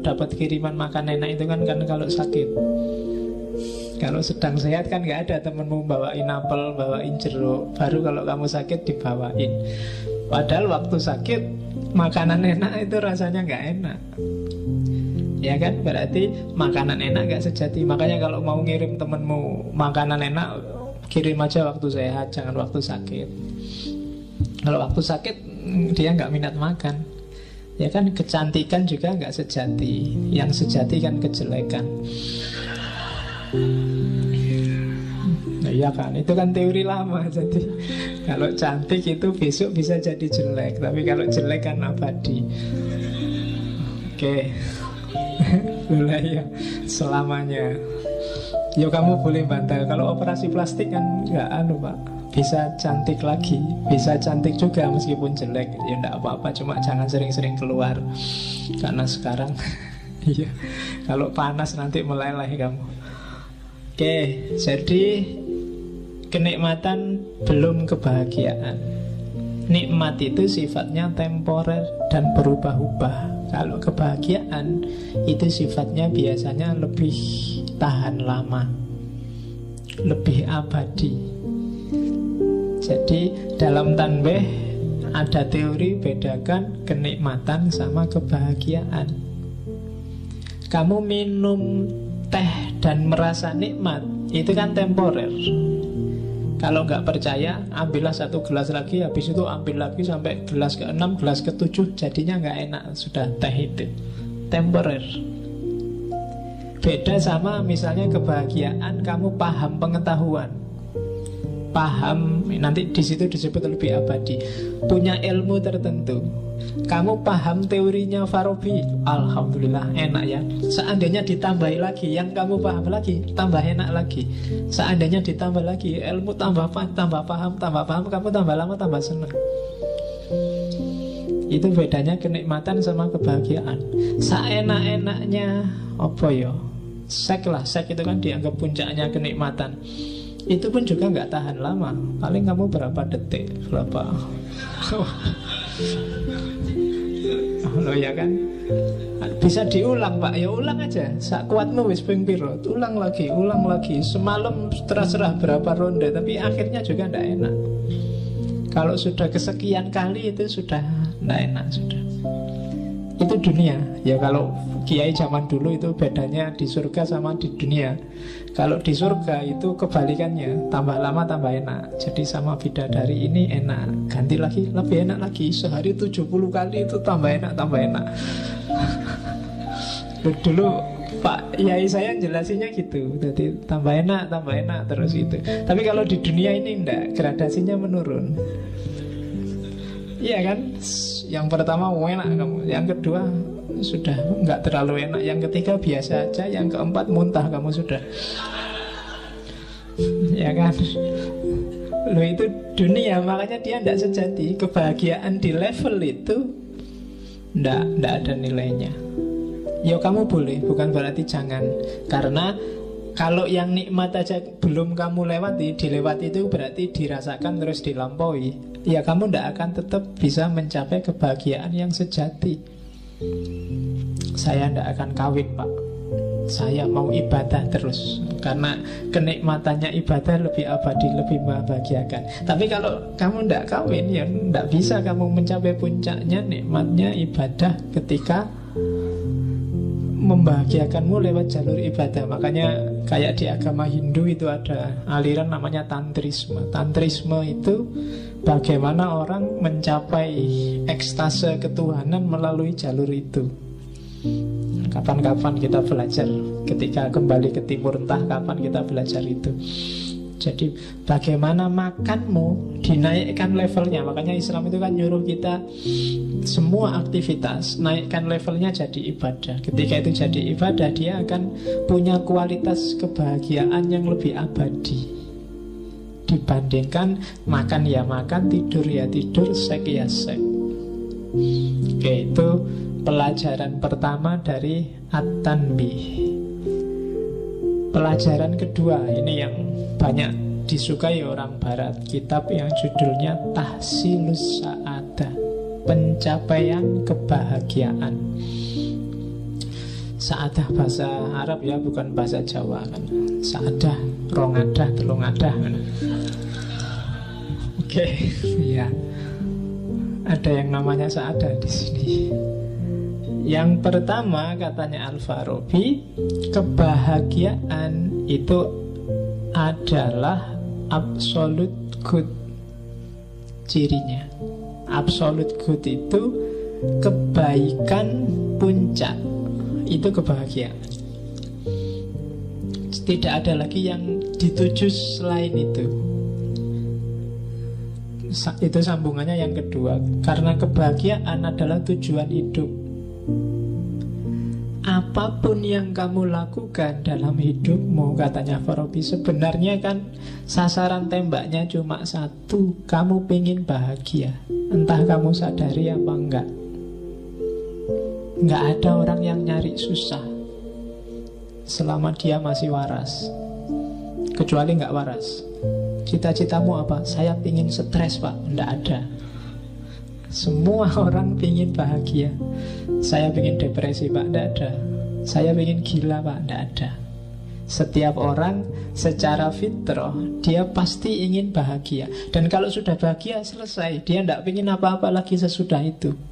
kamu dapat kiriman makan enak itu kan kalau sakit. Kalau sedang sehat kan nggak ada temenmu bawain apel, bawain jeruk. Baru kalau kamu sakit dibawain. Padahal waktu sakit makanan enak itu rasanya nggak enak. Ya kan, berarti makanan enak gak sejati. Makanya kalau mau ngirim temenmu makanan enak, kirim aja waktu sehat, jangan waktu sakit. Kalau waktu sakit dia gak minat makan. Ya kan, kecantikan juga gak sejati. Yang sejati kan kejelekan. Nah, iya kan, itu kan teori lama. Jadi kalau cantik itu besok bisa jadi jelek, tapi kalau jelek kan abadi. Oke. Boleh ya, selamanya. Ya kamu boleh bantal. Kalau operasi plastik kan nggak Pak, bisa cantik lagi, bisa cantik juga meskipun jelek. Ya enggak apa-apa, cuma jangan sering-sering keluar. Karena sekarang iya, kalau panas nanti meleleh kamu. Oke, jadi kenikmatan belum kebahagiaan. Nikmat itu sifatnya temporer dan berubah-ubah. Kalau kebahagiaan itu sifatnya biasanya lebih tahan lama, lebih abadi. Jadi dalam tanbih ada teori bedakan kenikmatan sama kebahagiaan. Kamu minum teh dan merasa nikmat, itu kan temporer. Kalau nggak percaya, ambillah 1 gelas lagi, habis itu ambil lagi sampai gelas ke-6, gelas ke-7, jadinya nggak enak sudah teh itu. Temporer. Beda sama misalnya kebahagiaan, kamu paham pengetahuan, paham, nanti di situ disebut lebih abadi, punya ilmu tertentu. Kamu paham teorinya Farabi, alhamdulillah enak ya. Seandainya ditambah lagi, yang kamu paham lagi, tambah enak lagi. Seandainya ditambah lagi, ilmu tambah paham, kamu tambah lama tambah senang. Itu bedanya kenikmatan sama kebahagiaan. Seenak-enaknya apa ya? Seks lah, seks itu kan dianggap puncaknya kenikmatan. Itu pun juga nggak tahan lama. Paling kamu berapa detik, berapa loh ya kan. Bisa diulang Pak, ya ulang aja. Sak kuatmu wis ping piro, ulang lagi. Semalam terserah berapa ronde, tapi akhirnya juga ndak enak. Kalau sudah kesekian kali itu sudah ndak enak sudah. Itu dunia. Ya kalau kiai zaman dulu itu bedanya di surga sama di dunia. Kalau di surga itu kebalikannya, tambah lama tambah enak. Jadi sama bidadari ini enak, ganti lagi lebih enak lagi. Sehari 70 kali itu tambah enak. Dulu Pak Yai saya jelasinnya gitu. Jadi tambah enak terus itu. Tapi kalau di dunia ini enggak, gradasinya menurun. Iya kan? Yang pertama enak kamu, yang kedua sudah nggak terlalu enak, yang ketiga biasa aja, yang keempat muntah kamu sudah. Ya kan? Loh itu dunia, makanya dia tidak sejati. Kebahagiaan di level itu tidak ada nilainya. Ya kamu boleh, bukan berarti jangan. Karena kalau yang nikmat aja belum kamu lewati, dilewati itu berarti dirasakan terus dilampaui. Ya kamu tidak akan tetap bisa mencapai kebahagiaan yang sejati. Saya tidak akan kawin Pak, saya mau ibadah terus. Karena kenikmatannya ibadah lebih abadi, lebih membahagiakan. Tapi kalau kamu tidak kawin, ya tidak bisa kamu mencapai puncaknya nikmatnya ibadah ketika membahagiakanmu lewat jalur ibadah. Makanya kayak di agama Hindu itu ada aliran namanya tantrisme. Tantrisme itu bagaimana orang mencapai ekstase ketuhanan melalui jalur itu. Kapan-kapan kita belajar, ketika kembali ke Timur Entah, kapan kita belajar itu. Jadi bagaimana makanmu dinaikkan levelnya. Makanya Islam itu kan nyuruh kita semua aktivitas naikkan levelnya jadi ibadah. Ketika itu jadi ibadah, dia akan punya kualitas kebahagiaan yang lebih abadi dibandingkan makan ya makan, tidur ya tidur, seks ya seks. Oke, itu pelajaran pertama dari At-Tanbih. Pelajaran kedua, ini yang banyak disukai orang Barat, kitab yang judulnya Tahsilus Sa'adah, pencapaian kebahagiaan. Saadah bahasa Arab ya, bukan bahasa Jawa kan. Saadah, rongadah, telungadah kan. Oke, ya. Ada yang namanya saadah di sini. Yang pertama katanya Al-Farabi, kebahagiaan itu adalah absolute good. Cirinya absolute good itu kebaikan puncak. Itu kebahagiaan. Tidak ada lagi yang dituju selain itu. Itu sambungannya yang kedua. Karena kebahagiaan adalah tujuan hidup. Apapun yang kamu lakukan dalam hidupmu, katanya Farabi, sebenarnya kan sasaran tembaknya cuma satu. Kamu pengen bahagia, entah kamu sadari apa enggak. Nggak ada orang yang nyari susah selama dia masih waras. Kecuali nggak waras. Cita-citamu apa? Saya pingin stres pak. Nggak ada. Semua orang pingin bahagia. Saya pingin depresi pak. Nggak ada. Saya pingin gila pak. Nggak ada. Setiap orang secara fitrah dia pasti ingin bahagia. Dan kalau sudah bahagia selesai. Dia nggak pingin apa-apa lagi sesudah itu.